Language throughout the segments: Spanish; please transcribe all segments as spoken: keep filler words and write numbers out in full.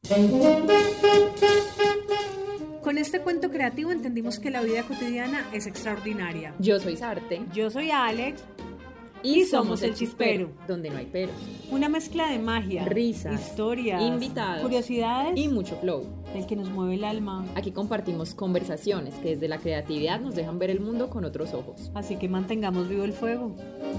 Con este cuento creativo entendimos que la vida cotidiana es extraordinaria. Yo soy Sarte. Yo soy Alex. Y, y somos El Chispero, donde no hay peros. Una mezcla de magia, risas, historias, invitados, curiosidades y mucho flow. El que nos mueve el alma. Aquí compartimos conversaciones que desde la creatividad nos dejan ver el mundo con otros ojos. Así que mantengamos vivo el fuego.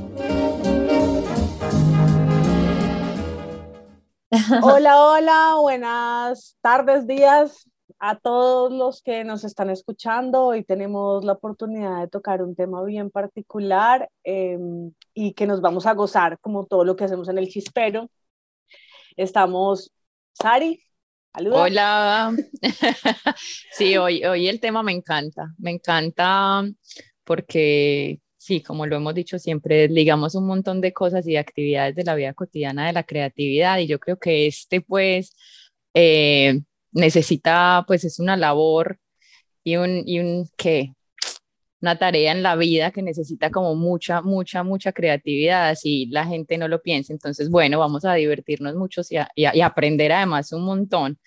Hola, hola, buenas tardes, días a todos los que nos están escuchando. Hoy tenemos la oportunidad de tocar un tema bien particular eh, y que nos vamos a gozar como todo lo que hacemos en El Chispero. Estamos, Sari, saluda. Hola. Sí, hoy, hoy el tema me encanta, me encanta porque sí, como lo hemos dicho siempre, ligamos un montón de cosas y de actividades de la vida cotidiana de la creatividad, y yo creo que este pues eh, necesita, pues es una labor y un, y un ¿qué? Una tarea en la vida que necesita como mucha, mucha, mucha creatividad, así la gente no lo piensa. Entonces, bueno, vamos a divertirnos mucho y a, y a, y a aprender además un montón.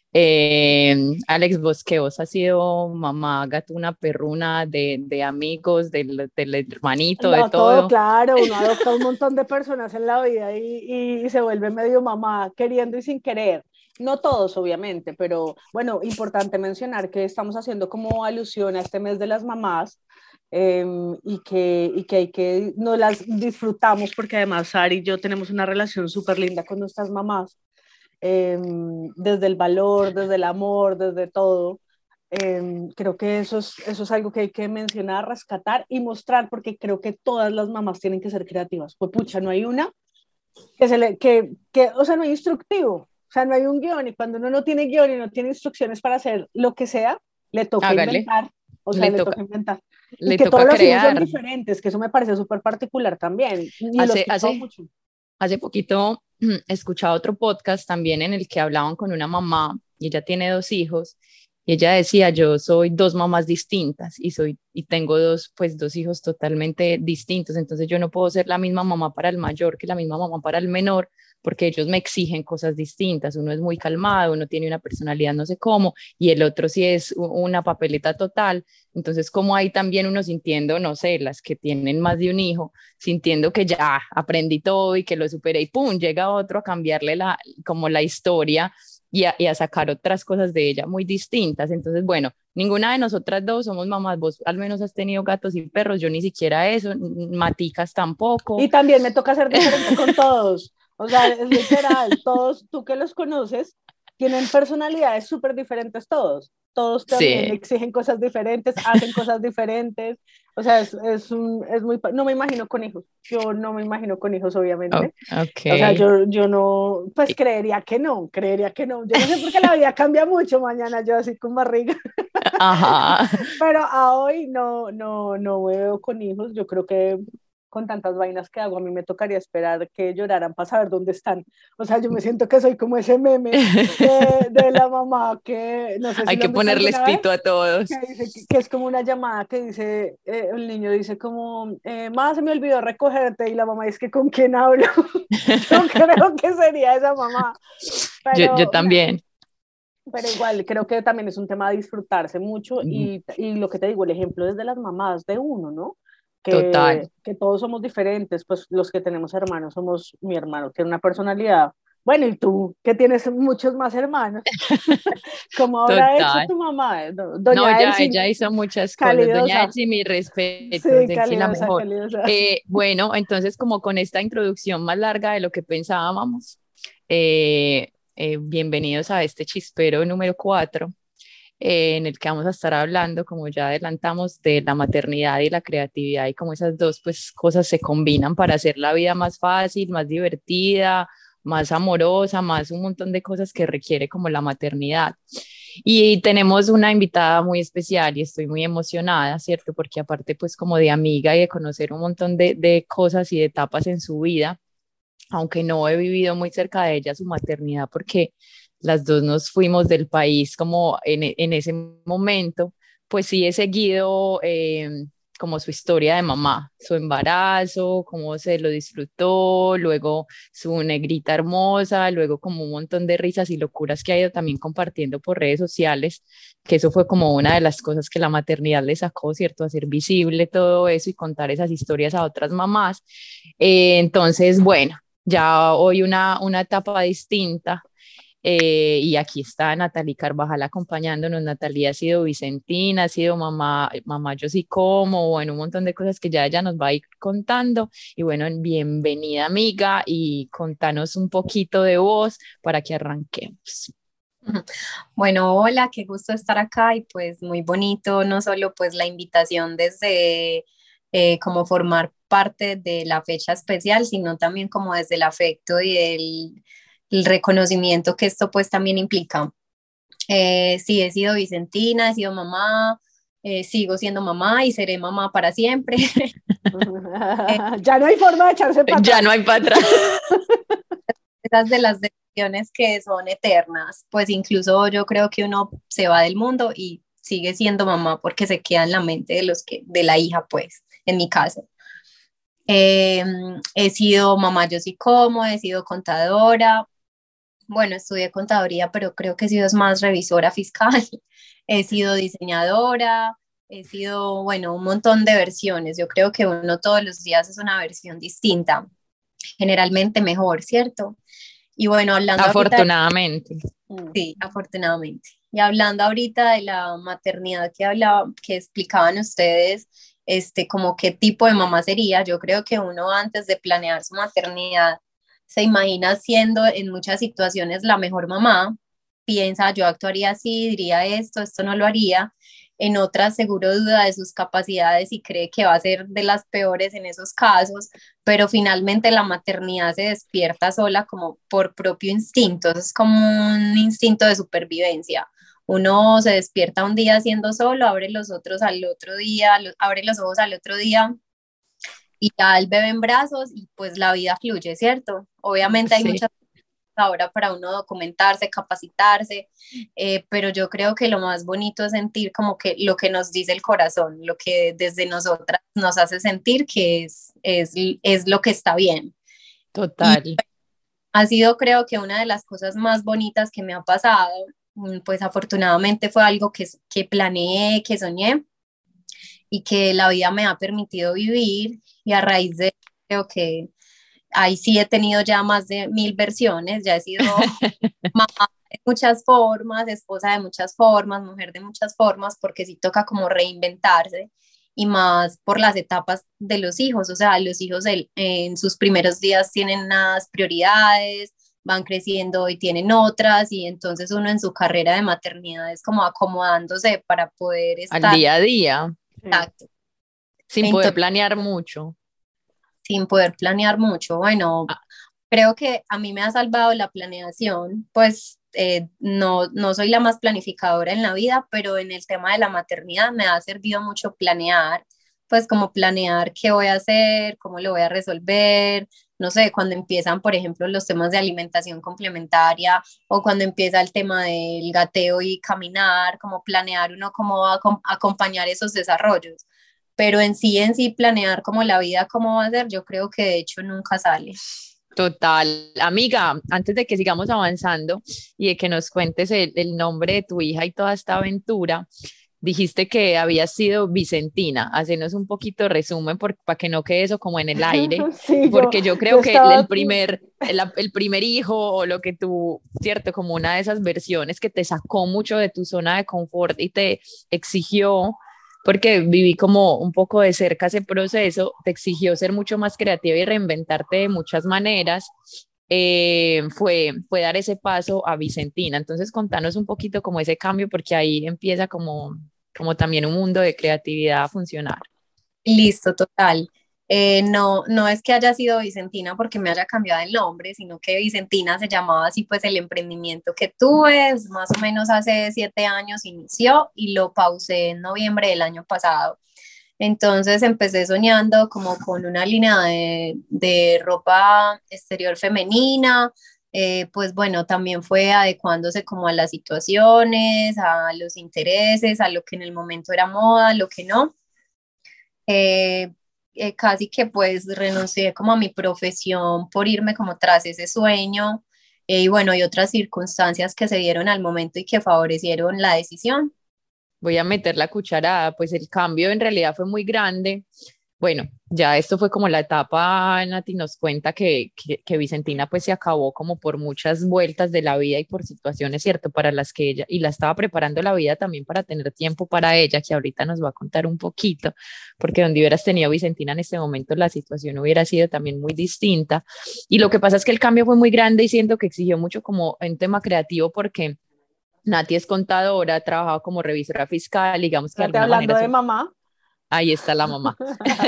Eh, Alex, vos que vos has sido mamá gatuna, perruna, de, de amigos, del, del hermanito, No, de todo. todo, claro, uno adopta un montón de personas en la vida y, y, y se vuelve medio mamá, queriendo y sin querer. No todos, obviamente, pero bueno, importante mencionar que estamos haciendo como alusión a este mes de las mamás eh, y, que, y que hay que, nos las disfrutamos porque además Sari y yo tenemos una relación súper linda con nuestras mamás, eh, desde el valor, desde el amor, desde todo. Eh, creo que eso es, eso es algo que hay que mencionar, rescatar y mostrar, porque creo que todas las mamás tienen que ser creativas. Pues pucha, no hay una que se le, que, que, o sea, no hay instructivo, o sea, no hay un guión, y cuando uno no tiene guión y no tiene instrucciones para hacer lo que sea, le toca Hágale. inventar, o sea, le, le toca, toca inventar. le Y que toca todos los hijos son crear. diferentes, que eso me parece súper particular también, y Hace, los hace, mucho. hace poquito escuchaba otro podcast también en el que hablaban con una mamá y ella tiene dos hijos. Y ella decía, yo soy dos mamás distintas y, soy, y tengo dos, pues, dos hijos totalmente distintos, entonces yo no puedo ser la misma mamá para el mayor que la misma mamá para el menor, porque ellos me exigen cosas distintas. Uno es muy calmado, uno tiene una personalidad no sé cómo, y el otro sí es una papeleta total. Entonces, como hay también uno sintiendo, no sé, las que tienen más de un hijo, sintiendo que ya aprendí todo y que lo superé, y pum, llega otro a cambiarle la, como la historia y a, y a sacar otras cosas de ella muy distintas. Entonces, bueno, ninguna de nosotras dos somos mamás. Vos al menos has tenido gatos y perros, yo ni siquiera eso, maticas tampoco. Y también me toca ser diferente con todos, o sea, es literal, todos, tú que los conoces, tienen personalidades súper diferentes todos. Todos también Sí. exigen cosas diferentes, hacen cosas diferentes. O sea, es, es, un, es muy... No me imagino con hijos. Yo no me imagino con hijos, obviamente. Okay. O sea, yo, yo no... Pues creería que no, creería que no. Yo no sé por qué la vida cambia mucho. Mañana yo así con barriga. Ajá. Pero a hoy no, no, no me veo con hijos. Yo creo que con tantas vainas que hago, a mí me tocaría esperar que lloraran para saber dónde están. O sea, yo me siento que soy como ese meme de, de la mamá que, no sé si Hay lo que han visto ponerles alguna vez, pito a todos. que, dice, que, que es como una llamada que dice, eh, el niño dice como, eh, mamá, se me olvidó recogerte, y la mamá dice que ¿con quién hablo? Yo creo que sería esa mamá. Pero, yo, yo también. Pero igual, creo que también es un tema de disfrutarse mucho, y, y lo que te digo, el ejemplo es de las mamás de uno, ¿no? Total. Que, que todos somos diferentes, pues los que tenemos hermanos somos, mi hermano tiene una personalidad, bueno, y tú que tienes muchos más hermanos, como habrá hecho Total. tu mamá, No, doña ya, Elsie, ella hizo muchas cosas. Doña calidosa, Elsie, mis respetos, sí, Elsie la calidosa, mejor. calidosa. Eh, bueno, entonces como con esta introducción más larga de lo que pensábamos, eh, eh, bienvenidos a este chispero número cuatro, eh, en el que vamos a estar hablando, como ya adelantamos, de la maternidad y la creatividad, y cómo esas dos pues, cosas se combinan para hacer la vida más fácil, más divertida, más amorosa, más un montón de cosas que requiere como la maternidad. Y tenemos una invitada muy especial y estoy muy emocionada, ¿cierto? Porque aparte pues como de amiga y de conocer un montón de, de cosas y de etapas en su vida, aunque no he vivido muy cerca de ella su maternidad porque las dos nos fuimos del país como en, en ese momento, pues sí he seguido eh, como su historia de mamá, su embarazo, cómo se lo disfrutó, luego su negrita hermosa, luego como un montón de risas y locuras que ha ido también compartiendo por redes sociales, que eso fue como una de las cosas que la maternidad le sacó, ¿cierto? Hacer visible todo eso y contar esas historias a otras mamás. Eh, entonces, bueno, ya hoy una, una etapa distinta. Eh, y aquí está Natalie Carvajal acompañándonos. Natalie ha sido vicentina, ha sido mamá, mamá yo sí como, bueno, un montón de cosas que ya ella nos va a ir contando. Y bueno, bienvenida amiga y contanos un poquito de vos para que arranquemos. Bueno, hola, qué gusto estar acá y pues muy bonito, no solo pues la invitación desde eh, como formar parte de la fecha especial, sino también como desde el afecto y el, el reconocimiento que esto pues también implica. Eh, sí, he sido vicentina, he sido mamá, eh, sigo siendo mamá y seré mamá para siempre. Ya no hay forma de echarse para atrás. Ya no hay para atrás. Esas de las decisiones que son eternas, pues incluso yo creo que uno se va del mundo y sigue siendo mamá porque se queda en la mente de los que, de la hija, pues, en mi caso. Eh, he sido mamá yo sí como, he sido contadora, bueno, estudié contaduría, pero creo que he sido más revisora fiscal, he sido diseñadora, he sido, bueno, un montón de versiones. Yo creo que uno todos los días es una versión distinta, generalmente mejor, ¿cierto? Y bueno, hablando afortunadamente. Ahorita, sí, afortunadamente. Y hablando ahorita de la maternidad que hablaba, que explicaban ustedes, este, como qué tipo de mamá sería, yo creo que uno antes de planear su maternidad se imagina siendo en muchas situaciones la mejor mamá, piensa, yo actuaría así, diría esto, esto no lo haría, en otras seguro duda de sus capacidades y cree que va a ser de las peores en esos casos, pero finalmente la maternidad se despierta sola como por propio instinto, es como un instinto de supervivencia. Uno se despierta un día siendo solo, abre los otros al otro día, abre los ojos al otro día y ya el bebé en brazos y pues la vida fluye, ¿cierto? Obviamente hay Sí. muchas ahora para uno documentarse, capacitarse, eh, pero yo creo que lo más bonito es sentir como que lo que nos dice el corazón, lo que desde nosotras nos hace sentir que es, es, es lo que está bien. Total. Y ha sido creo que una de las cosas más bonitas que me ha pasado, pues afortunadamente fue algo que, que planeé, que soñé y que la vida me ha permitido vivir y a raíz de creo que ahí sí he tenido ya más de mil versiones, ya he sido mamá de muchas formas, esposa de muchas formas, mujer de muchas formas, porque sí toca como reinventarse y más por las etapas de los hijos, o sea, los hijos el, en sus primeros días tienen unas prioridades, van creciendo y tienen otras y entonces uno en su carrera de maternidad es como acomodándose para poder estar al día a día. Exacto. Sin entonces, poder planear mucho. Sin poder planear mucho. Bueno, ah. creo que a mí me ha salvado la planeación, pues eh, no, no soy la más planificadora en la vida, pero en el tema de la maternidad me ha servido mucho planear, pues como planear qué voy a hacer, cómo lo voy a resolver, no sé, cuando empiezan, por ejemplo, los temas de alimentación complementaria o cuando empieza el tema del gateo y caminar, como planear uno cómo va a acompañar esos desarrollos. Pero en sí, en sí, planear como la vida, cómo va a ser, yo creo que de hecho nunca sale. Total. Amiga, antes de que sigamos avanzando y de que nos cuentes el, el nombre de tu hija y toda esta aventura, dijiste que habías sido vicentina. Hacenos un poquito de resumen para que no quede eso como en el aire, sí, porque yo, yo creo yo que estaba... el primer, el, el primer hijo o lo que tú, cierto, como una de esas versiones que te sacó mucho de tu zona de confort y te exigió, porque viví como un poco de cerca ese proceso, te exigió ser mucho más creativa y reinventarte de muchas maneras, eh, fue, fue dar ese paso a Vicentina. Entonces contanos un poquito como ese cambio, porque ahí empieza como, como también un mundo de creatividad a funcionar. Listo, total. Eh, no, no es que haya sido Vicentina porque me haya cambiado el nombre, sino que Vicentina se llamaba así, pues el emprendimiento que tuve, más o menos hace siete años inició y lo pausé en noviembre del año pasado. Entonces empecé soñando como con una línea de, de ropa exterior femenina, eh, pues bueno, también fue adecuándose como a las situaciones, a los intereses, a lo que en el momento era moda, lo que no. Eh, eh, casi que pues renuncié como a mi profesión por irme como tras ese sueño, eh, y bueno, y otras circunstancias que se dieron al momento y que favorecieron la decisión. Voy a meter la cucharada, pues el cambio en realidad fue muy grande. Bueno, ya esto fue como la etapa, Nati nos cuenta que, que, que Vicentina pues se acabó como por muchas vueltas de la vida y por situaciones, ¿cierto? Para las que ella, y la estaba preparando la vida también para tener tiempo para ella, que ahorita nos va a contar un poquito, porque donde hubieras tenido Vicentina en este momento la situación hubiera sido también muy distinta. Y lo que pasa es que el cambio fue muy grande y siento que exigió mucho como un tema creativo porque Nati es contadora, ha trabajado como revisora fiscal, digamos que de Espérate, alguna hablando manera de eso, mamá. ahí está la mamá.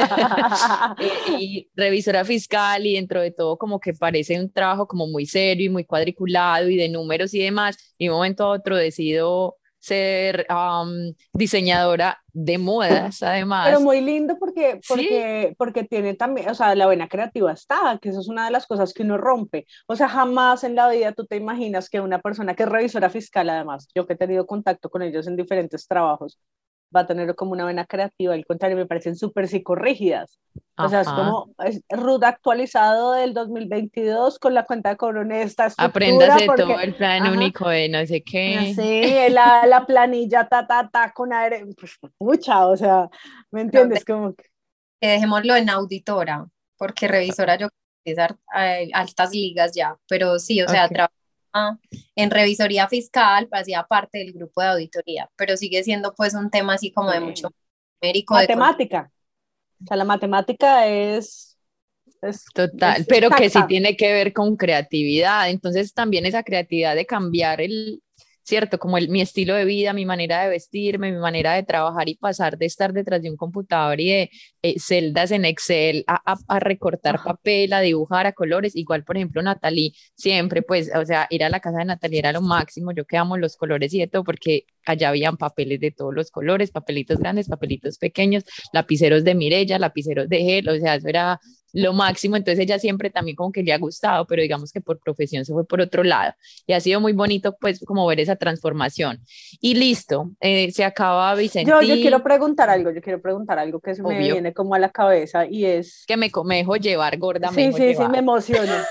Eh, y revisora fiscal y dentro de todo como que parece un trabajo como muy serio y muy cuadriculado y de números y demás, y de un momento a otro decido ser um, diseñadora de modas Pero además. muy lindo porque, Sí, porque, porque tiene también, o sea, la vena creativa está, que eso es una de las cosas que uno rompe. O sea, jamás en la vida tú te imaginas que una persona que es revisora fiscal, además, yo que he tenido contacto con ellos en diferentes trabajos, va a tener como una vena creativa. Al contrario, me parecen súper psicorrígidas. O sea, es ajá. como es RUT actualizado del dos mil veintidós con la cuenta de cobro en esta estructura, Apréndase todo porque, el plan ajá, único de no sé qué. sí, la, la planilla, ta, ta, ta, con aire, pues, mucha, o sea, ¿me Pero de- entiendes? Como que, que dejémoslo en auditora, porque revisora yo creo que es ar- eh, altas ligas ya, pero sí, o sea, Ok. trabaja en revisoría fiscal, pues, hacía parte del grupo de auditoría, pero sigue siendo pues un tema así como de mucho sí. numérico de con- Matemática, o sea, la matemática es, es, Total, es pero que sí exacta. tiene que ver con creatividad. Entonces también esa creatividad de cambiar el, cierto, como el, mi estilo de vida, mi manera de vestirme, mi manera de trabajar y pasar de estar detrás de un computador y de eh, celdas en Excel a, a, a recortar Ajá. papel, a dibujar a colores. Igual, por ejemplo, Natalie, siempre, pues, o sea, ir a la casa de Natalie era lo máximo. Yo que amo los colores y de todo, porque allá habían papeles de todos los colores, papelitos grandes, papelitos pequeños, lapiceros de Mirella, lapiceros de gel, o sea, eso era lo máximo, entonces ella siempre también como que le ha gustado, pero digamos que por profesión se fue por otro lado y ha sido muy bonito pues como ver esa transformación y listo, eh, se acaba Yo, yo quiero Vicentín, preguntar algo, yo quiero preguntar algo que se me obvio, viene como a la cabeza y es, que me, co- me dejo llevar, gorda, me sí, dejo sí, sí, me llevar. emociono.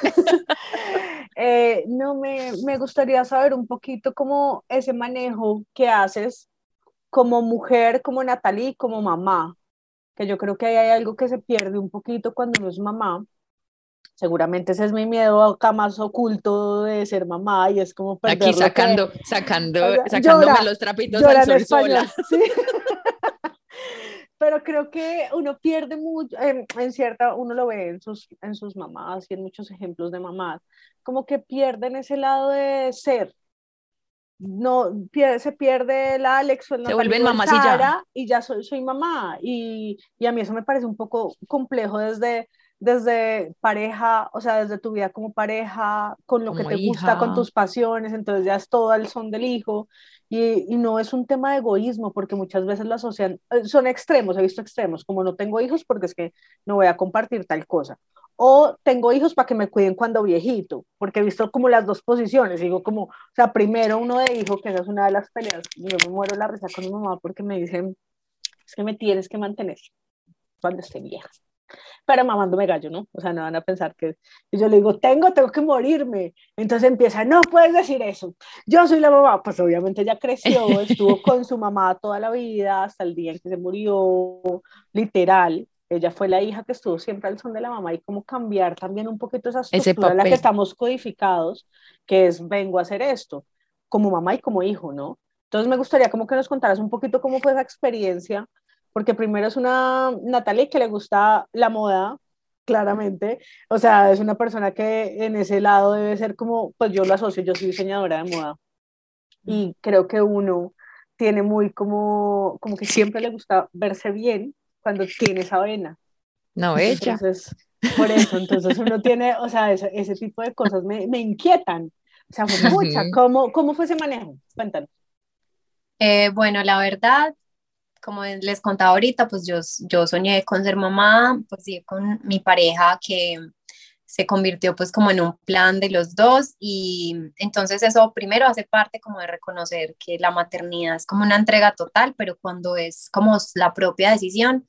Eh, no, me, me gustaría saber un poquito cómo ese manejo que haces como mujer, como Natalie, como mamá, que yo creo que ahí hay algo que se pierde un poquito cuando uno es mamá. Seguramente ese es mi miedo acá más oculto de ser mamá y es como Aquí perder lo que, sacando, o sacando, sea, sacándome llora, los trapitos al llora en sol español, sola. ¿sí? Pero creo que uno pierde mucho, en, en cierta, uno lo ve en sus, en sus mamás y en muchos ejemplos de mamás, como que pierden ese lado de ser, no, pierde, se pierde el Alex o el Se Natalie vuelven o el mamás y ya. Sara y ya soy, soy mamá. Y, y a mí eso me parece un poco complejo desde, desde pareja, o sea, desde tu vida como pareja, con lo que Como te gusta, con hija. tus pasiones, entonces ya es todo al son del hijo. Y, y no es un tema de egoísmo, porque muchas veces lo asocian, eh, son extremos, he visto extremos, como no tengo hijos porque es que no voy a compartir tal cosa. O tengo hijos para que me cuiden cuando viejito, porque he visto como las dos posiciones, digo como, o sea, primero uno de hijo, que esa es una de las peleas. Yo me muero la risa con mi mamá porque me dicen, es que me tienes que mantener cuando esté vieja. Pero mamándome gallo, ¿no? O sea, no van a pensar que... Y yo le digo, tengo, tengo que morirme. Entonces empieza, no puedes decir eso. Yo soy la mamá. Pues obviamente ella creció, estuvo con su mamá toda la vida, hasta el día en que se murió, literal. Ella fue la hija que estuvo siempre al son de la mamá y cómo cambiar también un poquito esa Ese estructura en la que papel. estamos codificados, que es vengo a hacer esto, como mamá y como hijo, ¿no? Entonces me gustaría como que nos contaras un poquito cómo fue esa experiencia, porque primero es una Natalie que le gusta la moda, claramente, o sea, es una persona que en ese lado debe ser como, pues yo lo asocio, yo soy diseñadora de moda y creo que uno tiene muy como, como que siempre le gusta verse bien cuando tiene esa vena. No, ella. Entonces, por eso, entonces uno tiene, o sea, ese, ese tipo de cosas me, me inquietan. O sea, fue pucha, ¿cómo, ¿cómo fue ese manejo? Cuéntanos. Eh, bueno, la verdad, como les contaba ahorita, pues yo, yo soñé con ser mamá, pues sí, con mi pareja que se convirtió pues como en un plan de los dos y entonces eso primero hace parte como de reconocer que la maternidad es como una entrega total, pero cuando es como la propia decisión,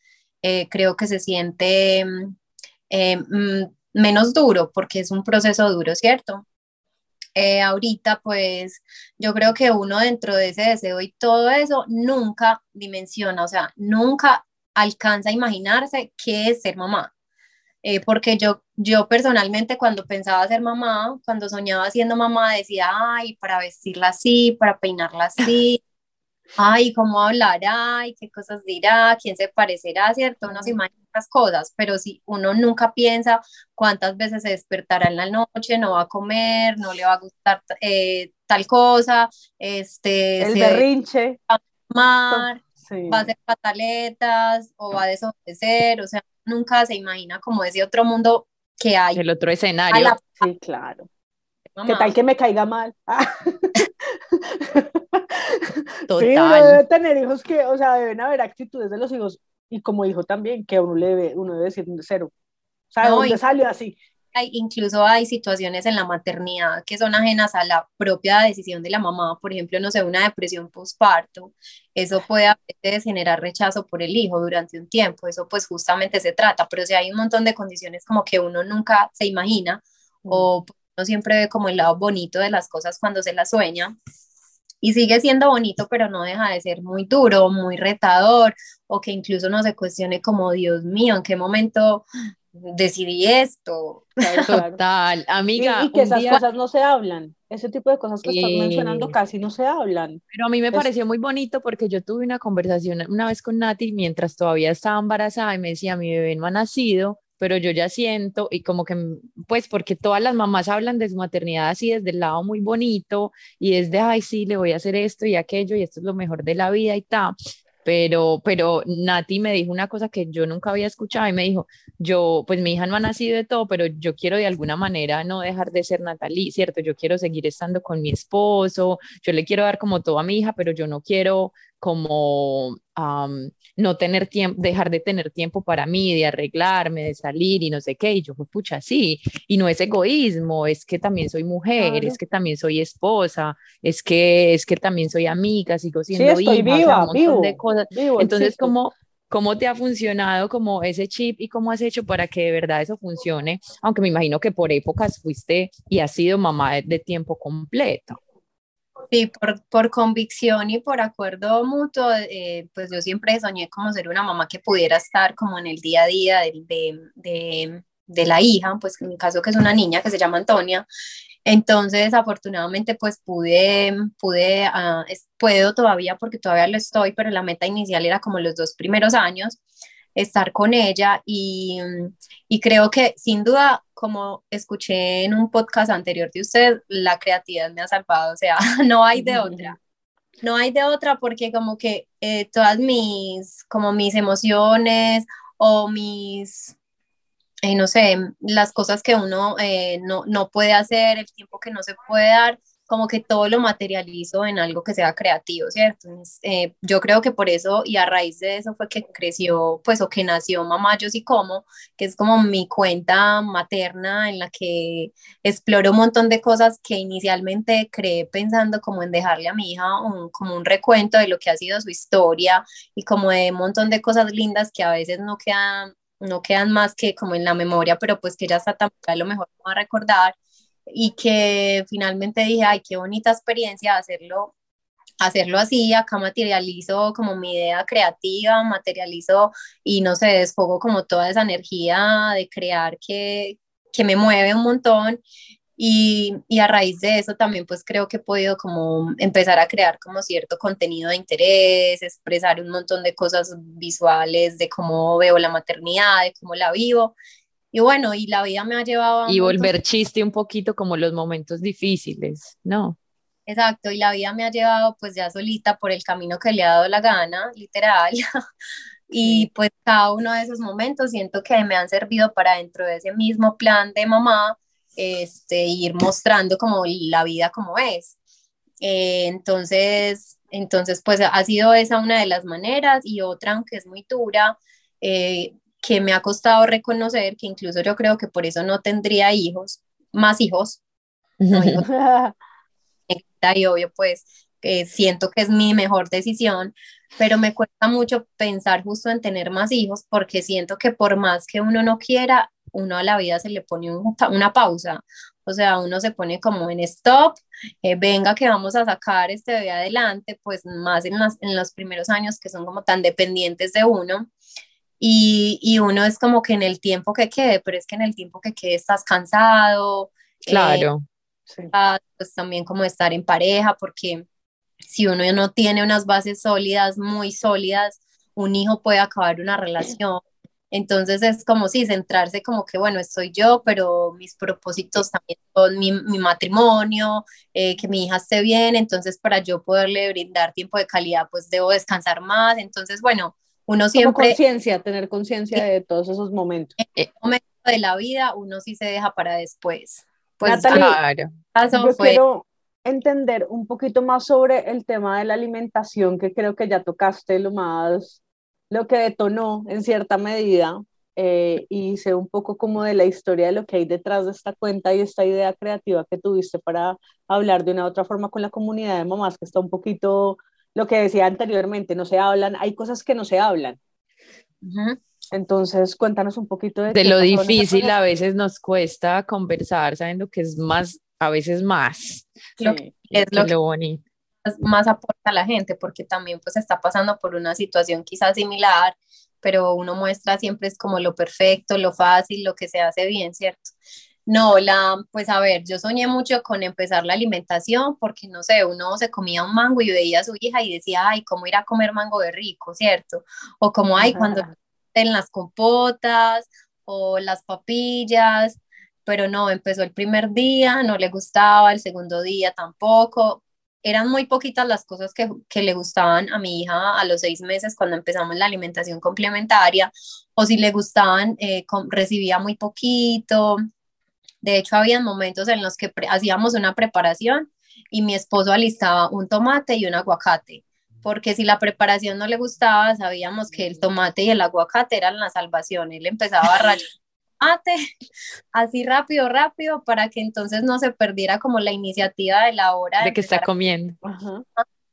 eh, creo que se siente eh, mm, menos duro, porque es un proceso duro, ¿cierto? Eh, ahorita, pues yo creo que uno dentro de ese deseo y todo eso nunca dimensiona, o sea, nunca alcanza a imaginarse qué es ser mamá. Eh, porque yo, yo personalmente cuando pensaba ser mamá, cuando soñaba siendo mamá, decía, ay, para vestirla así, para peinarla así, ay, cómo hablará, ay, qué cosas dirá, quién se parecerá, ¿cierto? Uno se imagina las cosas, pero si uno nunca piensa cuántas veces se despertará en la noche, no va a comer, no le va a gustar eh, tal cosa, este, El se berrinche. va a amar, Sí. va a hacer pataletas o va a desobedecer, o sea, nunca se imagina como ese otro mundo que hay El otro a escenario. la Sí, claro. ¿Qué mamá. tal que me caiga mal? Sí, uno Total. debe tener hijos que, o sea, deben haber actitudes de los hijos y como hijo también, que uno, le debe, uno debe decir de cero. O sea, ¿de No, dónde salió así? hay, incluso hay situaciones en la maternidad que son ajenas a la propia decisión de la mamá, por ejemplo, no sé, una depresión postparto, eso puede a veces generar rechazo por el hijo durante un tiempo, eso pues justamente se trata, pero si hay un montón de condiciones como que uno nunca se imagina o uno siempre ve como el lado bonito de las cosas cuando se las sueña. Y sigue siendo bonito, pero no deja de ser muy duro, muy retador, o que incluso no se cuestione como, Dios mío, ¿en qué momento decidí esto? Claro, claro. Total. Y, Amiga, y que un esas día, cosas no se hablan. Ese tipo de cosas que estás mencionando eh, casi no se hablan. pero a mí me Es, pareció muy bonito porque yo tuve una conversación una vez con Nati mientras todavía estaba embarazada y me decía, mi bebé no ha nacido, pero yo ya siento y como que, mm, pues porque todas las mamás hablan de su maternidad así desde el lado muy bonito y desde, ay, sí, le voy a hacer esto y aquello y esto es lo mejor de la vida y tal. Pero, pero Nati me dijo una cosa que yo nunca había escuchado y me dijo, yo, pues mi hija no ha nacido de todo, pero yo quiero de alguna manera no dejar de ser Natalie, ¿cierto? Yo quiero seguir estando con mi esposo, yo le quiero dar como todo a mi hija, pero yo no quiero como um, no tener tiempo, dejar de tener tiempo para mí, de arreglarme, de salir y no sé qué. Y yo, pucha, sí, y no es egoísmo, es que también soy mujer, es claro. que también soy esposa, es que, es que también soy amiga, sigo Sí, siendo estoy hija, o sea, un viva, montón de vivo, cosas. vivo, Entonces, existo. ¿cómo, cómo te ha funcionado como ese chip y cómo has hecho para que de verdad eso funcione? Aunque me imagino que por épocas fuiste y has sido mamá de, de tiempo completo. Sí, por, por convicción y por acuerdo mutuo, eh, pues yo siempre soñé como ser una mamá que pudiera estar como en el día a día de, de, de, de la hija, pues en mi caso que es una niña que se llama Antonia. Entonces, afortunadamente, pues pude, pude, uh, es, puedo todavía porque todavía lo estoy, pero la meta inicial era como los dos primeros años estar con ella y, y creo que sin duda, como escuché en un podcast anterior de usted, la creatividad me ha salvado, o sea, no hay de otra. No hay de otra porque como que eh, todas mis, como mis emociones o mis, eh, no sé, las cosas que uno eh, no, no puede hacer, el tiempo que no se puede dar, como que todo lo materializo en algo que sea creativo, ¿cierto? Entonces, eh, yo creo que por eso y a raíz de eso fue que creció, pues, o que nació Mamá Yo Sí Como, que es como mi cuenta materna en la que exploro un montón de cosas que inicialmente creé pensando como en dejarle a mi hija un, como un recuento de lo que ha sido su historia y como de un montón de cosas lindas que a veces no quedan no quedan más que como en la memoria, pero pues que ya está tan a lo mejor no va a recordar y que finalmente dije, ay, qué bonita experiencia hacerlo, hacerlo así, acá materializo como mi idea creativa, materializo y no sé, desfogo como toda esa energía de crear que, que me mueve un montón y, y, a raíz de eso también pues creo que he podido como empezar a crear como cierto contenido de interés, expresar un montón de cosas visuales de cómo veo la maternidad, de cómo la vivo. Y bueno, y la vida me ha llevado a un Y montón. volver chiste un poquito como los momentos difíciles, ¿no? Exacto, y la vida me ha llevado pues ya solita por el camino que le ha dado la gana, literal. Y Sí. pues cada uno de esos momentos siento que me han servido para dentro de ese mismo plan de mamá, este, ir mostrando como la vida como es. Eh, entonces, entonces, pues ha sido esa una de las maneras y otra, aunque es muy dura, eh, que me ha costado reconocer, que incluso yo creo que por eso no tendría hijos, más hijos, no hijos, y obvio, pues eh, siento que es mi mejor decisión, pero me cuesta mucho pensar justo en tener más hijos porque siento que por más que uno no quiera, uno a la vida se le pone un, una pausa, o sea, uno se pone como en stop, eh, venga que vamos a sacar este bebé adelante, pues más en, las, en los primeros años que son como tan dependientes de uno. Y, y uno es como que en el tiempo que quede, pero es que en el tiempo que quede estás cansado, eh, Claro. Sí. pues también como estar en pareja, porque si uno no tiene unas bases sólidas, muy sólidas, un hijo puede acabar una relación. Entonces es como si centrarse como que, bueno, estoy yo, pero mis propósitos también son mi, mi matrimonio, eh, que mi hija esté bien, entonces para yo poderle brindar tiempo de calidad, pues debo descansar más. Entonces, bueno, uno Como siempre, conciencia, tener conciencia de todos esos momentos. en Eh, un momento de la vida, uno sí se deja para después. Pues ya, Natalie, claro. caso yo fue, quiero entender un poquito más sobre el tema de la alimentación, que creo que ya tocaste lo más, lo que detonó en cierta medida, eh, y sé un poco como de la historia de lo que hay detrás de esta cuenta y esta idea creativa que tuviste para hablar de una u otra forma con la comunidad de mamás, que está un poquito, lo que decía anteriormente, no se hablan, hay cosas que no se hablan. uh-huh. Entonces, cuéntanos un poquito de De qué lo pasó en ese difícil proceso. a veces nos cuesta conversar, sabiendo que es más, a veces más Lo que Sí. es que lo que lo bonito. más, más aporta a la gente, porque también pues está pasando por una situación quizás similar, pero uno muestra siempre es como lo perfecto, lo fácil, lo que se hace bien, ¿cierto? No, la, pues a ver, yo soñé mucho con empezar la alimentación porque, no sé, uno se comía un mango y veía a su hija y decía, ay, ¿cómo ir a comer mango de rico, ¿cierto? O como, ay, cuando en las compotas o las papillas, pero no, empezó el primer día, no le gustaba, el segundo día tampoco. Eran muy poquitas las cosas que, que le gustaban a mi hija a los seis meses cuando empezamos la alimentación complementaria, o si le gustaban, eh, com- recibía muy poquito. De hecho, había momentos en los que pre- hacíamos una preparación y mi esposo alistaba un tomate y un aguacate, porque si la preparación no le gustaba, sabíamos que el tomate y el aguacate eran la salvación. Él empezaba a rayar el tomate así rápido, rápido, para que entonces no se perdiera como la iniciativa de la hora de De que está empezar. comiendo. Ajá.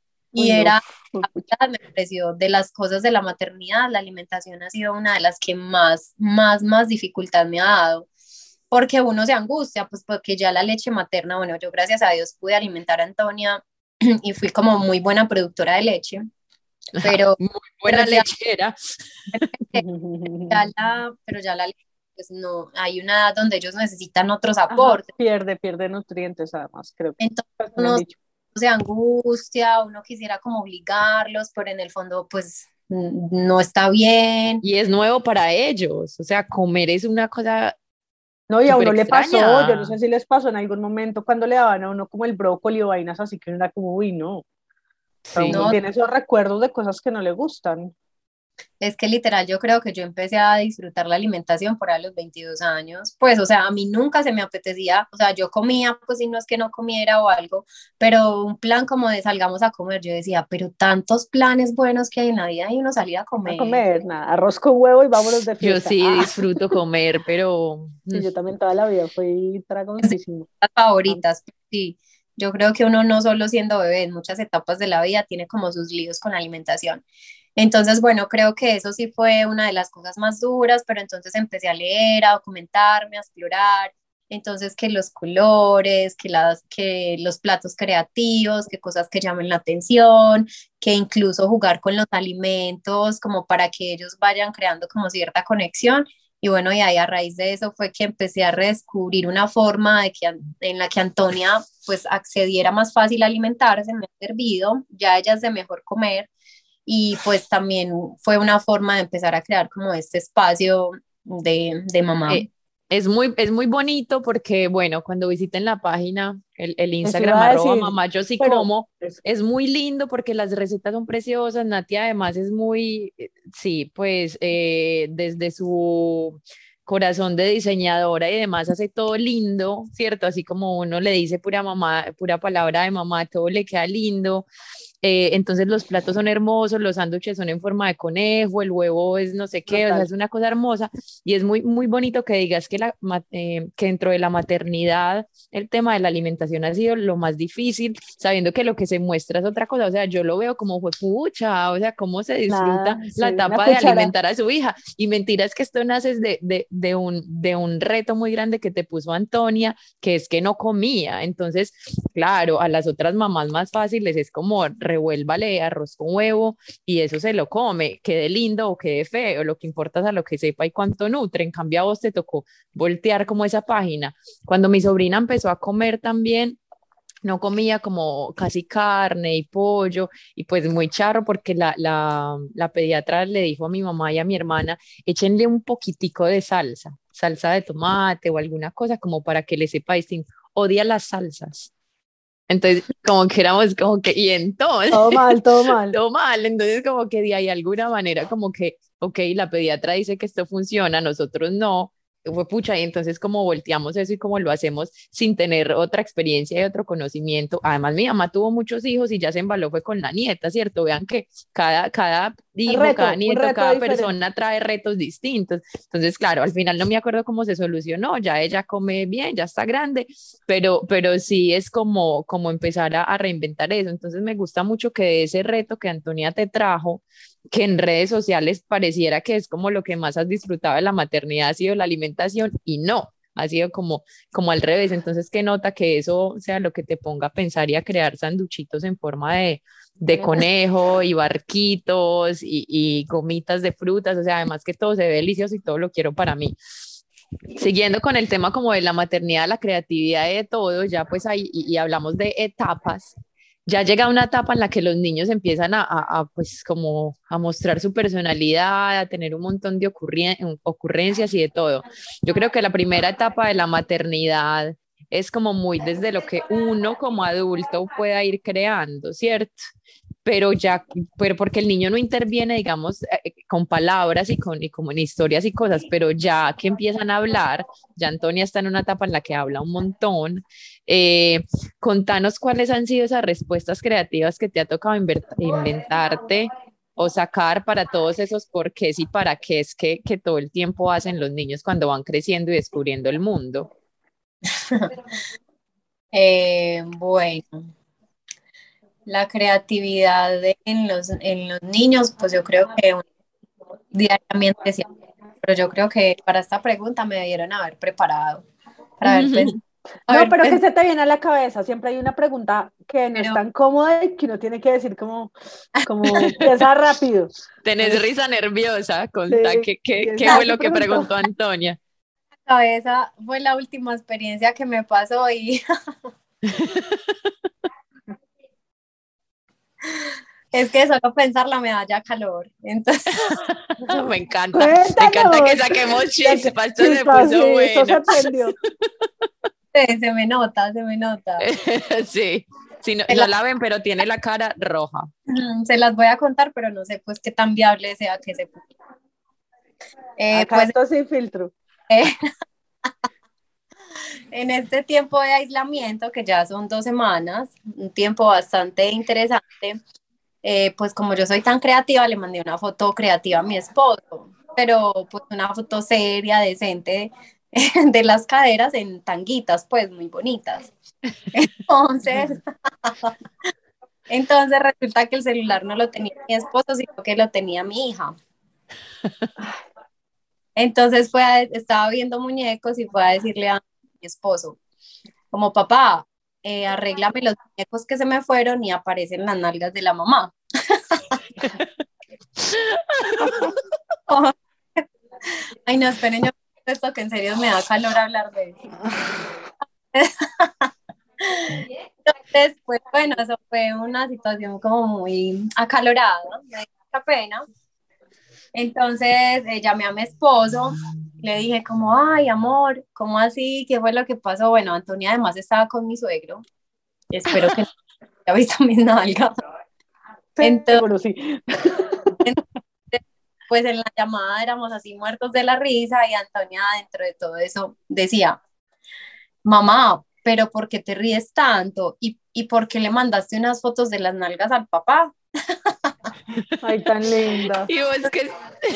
Y Uy, no. era, la verdad, me pareció de las cosas de la maternidad, la alimentación ha sido una de las que más, más, más dificultad me ha dado, porque uno se angustia, pues porque ya la leche materna, bueno, yo gracias a Dios pude alimentar a Antonia y fui como muy buena productora de leche, pero, Muy pero buena ya, lechera. ya la, pero ya la leche, pues no, hay una edad donde ellos necesitan otros Ajá, aportes, pierde, pierde nutrientes además, creo que entonces pues, me han uno dicho. se angustia, uno quisiera como obligarlos, pero en el fondo pues no está bien. Y es nuevo para ellos. O sea, comer es una cosa No, y a súper uno le pasó, yo no extraña. sé si les pasó en algún momento cuando le daban a uno como el brócoli o vainas así que uno era como, uy, no. O sea, uno No, Sí. tiene esos recuerdos de cosas que no le gustan. es que literal yo creo que yo empecé a disfrutar la alimentación por ahí a los veintidós años, pues o sea, a mí nunca se me apetecía, o sea, yo comía, pues si no es que no comiera o algo, pero un plan como de salgamos a comer, yo decía, pero tantos planes buenos que hay en la vida y uno salía a A comer. comer, nada, arroz con huevo y vámonos de Yo fiesta. sí Ah, disfruto comer, pero mm, sí, yo también toda la vida fui Es de tragoncísimo. las Ah, favoritas, sí. Yo creo que uno no solo siendo bebé, en muchas etapas de la vida tiene como sus líos con la alimentación. Entonces, bueno, creo que eso sí fue una de las cosas más duras, pero entonces empecé a leer, a documentarme, a explorar. Entonces, que los colores, que, las, que los platos creativos, que cosas que llamen la atención, que incluso jugar con los alimentos, como para que ellos vayan creando como cierta conexión. Y bueno, y ahí a raíz de eso fue que empecé a redescubrir una forma de que, en la que Antonia pues accediera más fácil a alimentarse, me ha servido, ya ella es de mejor comer y pues también fue una forma de empezar a crear como este espacio de, de mamá. eh, es muy, es muy bonito porque, bueno, cuando visiten la página, el, el eso Instagram iba a arroba decir, mamá yo sí pero como, es- es muy lindo porque las recetas son preciosas. Nati además es muy, eh, sí, pues eh, desde su corazón de diseñadora y demás hace todo lindo, ¿cierto? Así como uno le dice pura mamá, pura palabra de mamá, todo le queda lindo. eh, entonces los platos son hermosos, los sándwiches son en forma de conejo, el huevo es no sé qué, o sea, es una cosa hermosa y es muy, muy bonito que digas que, la, eh, que dentro de la maternidad el tema de la alimentación ha sido lo más difícil, sabiendo que lo que se muestra es otra cosa, o sea, yo lo veo como fue pucha, o sea, cómo se disfruta Nada, sí, la una etapa de cuchara. alimentar a su hija y mentira es que esto nace de, de, de, un, de un reto muy grande que te puso Antonia, que es que no comía, entonces, claro, a las otras mamás más fáciles es como revuélvale arroz con huevo y eso se lo come, quede lindo o quede feo, lo que importa es a lo que sepa y cuánto nutre, en cambio a vos te tocó voltear como esa página. Cuando mi sobrina empezó a comer también, no comía como casi carne y pollo y pues muy charro porque la, la, la pediatra le dijo a mi mamá y a mi hermana, échenle un poquitico de salsa, salsa de tomate o alguna cosa como para que le sepa distinto. Odia las salsas. Entonces, como que éramos como que, y entonces, Todo mal, todo mal. todo mal, entonces como que de ahí alguna manera como que, ok, la pediatra dice que esto funciona, nosotros no, fue pucha, y entonces como volteamos eso y como lo hacemos sin tener otra experiencia y otro conocimiento. Además, mi mamá tuvo muchos hijos y ya se embaló fue con la nieta, ¿cierto? Vean que cada, cada Un hijo, cada reto, un nieto, reto cada diferente. persona trae retos distintos. Entonces, claro, al final no me acuerdo cómo se solucionó, ya ella come bien, ya está grande, pero, pero sí es como, como empezar a, a reinventar eso. Entonces me gusta mucho que ese reto que Antonia te trajo, que en redes sociales pareciera que es como lo que más has disfrutado de la maternidad ha sido la alimentación y no, ha sido como, como al revés. Entonces, ¿qué nota que eso sea lo que te ponga a pensar y a crear sanduchitos en forma de, de conejo y barquitos y, y gomitas de frutas? O sea, además que todo se ve delicioso y todo lo quiero para mí. Siguiendo con el tema como de la maternidad, la creatividad y de todo, ya pues ahí, y, y hablamos de etapas, ya llega una etapa en la que los niños empiezan a, a, a, pues como a mostrar su personalidad, a tener un montón de ocurri- ocurrencias y de todo. Yo creo que la primera etapa de la maternidad es como muy desde lo que uno como adulto pueda ir creando, ¿cierto? Pero ya, pero porque el niño no interviene, digamos, eh, con palabras y con, y como en historias y cosas, pero ya que empiezan a hablar, ya Antonia está en una etapa en la que habla un montón. Eh, Contanos cuáles han sido esas respuestas creativas que te ha tocado inventarte o sacar para todos esos porqués y para qué es que, que todo el tiempo hacen los niños cuando van creciendo y descubriendo el mundo. eh, bueno. La creatividad de- en los, en los niños, pues yo creo que un- diariamente, sí, pero yo creo que para esta pregunta me debieron haber preparado, para haber pensado, No, haber pero ¿qué pensado, se te viene a la cabeza? Siempre hay una pregunta que no es pero tan cómoda y que uno tiene que decir como, como piensa rápido. Tenés Entonces, risa nerviosa, contá sí, qué, qué, ¿quién qué sabe fue qué lo que preguntó? preguntó Antonia. la cabeza fue la última experiencia que me pasó y es que solo pensarla me da ya calor. Entonces, Me encanta, me encanta que Cuéntanos. saquemos Ya que- chispas, esto se chispas, sí, puso esto bueno. se prendió. se me nota, se me nota. Sí, sí, no, Se, no la- la ven, pero tiene la cara roja. se las voy a contar, pero no sé pues qué tan viable sea que se pueda. Eh, Acá pues esto sin filtro. eh, en este tiempo de aislamiento, que ya son dos semanas, un tiempo bastante interesante, eh, pues como yo soy tan creativa, le mandé una foto creativa a mi esposo, pero pues una foto seria, decente, de las caderas en tanguitas, pues muy bonitas. Entonces, entonces resulta que el celular no lo tenía mi esposo, sino que lo tenía mi hija. Entonces fue a- estaba viendo muñecos y fue a decirle a mi esposo, como papá, eh, arréglame los muñecos que se me fueron y aparecen las nalgas de la mamá. Ay, no, esperen, yo esto que en serio me da calor hablar de eso. Entonces, pues bueno, eso fue una situación como muy acalorada, me dio mucha pena. Entonces eh, llamé a mi esposo, le dije como, ay, amor, ¿cómo así? ¿Qué fue lo que pasó? Bueno, Antonia además estaba con mi suegro, espero que no haya visto mis nalgas. Entonces, Seguro sí. pues en la llamada éramos así muertos de la risa y Antonia dentro de todo eso decía, mamá, pero ¿por qué te ríes tanto? ¿Y ¿y por qué le mandaste unas fotos de las nalgas al papá? Ay, tan linda. Y vos que...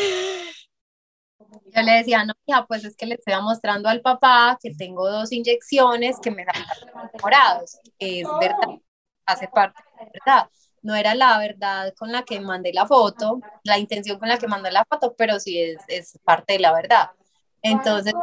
Yo le decía, no, hija, pues es que le estoy mostrando al papá que tengo dos inyecciones que me salieron morados, que es verdad, hace parte de la verdad. No era la verdad con la que mandé la foto, la intención con la que mandé la foto, pero sí es, es parte de la verdad. Entonces,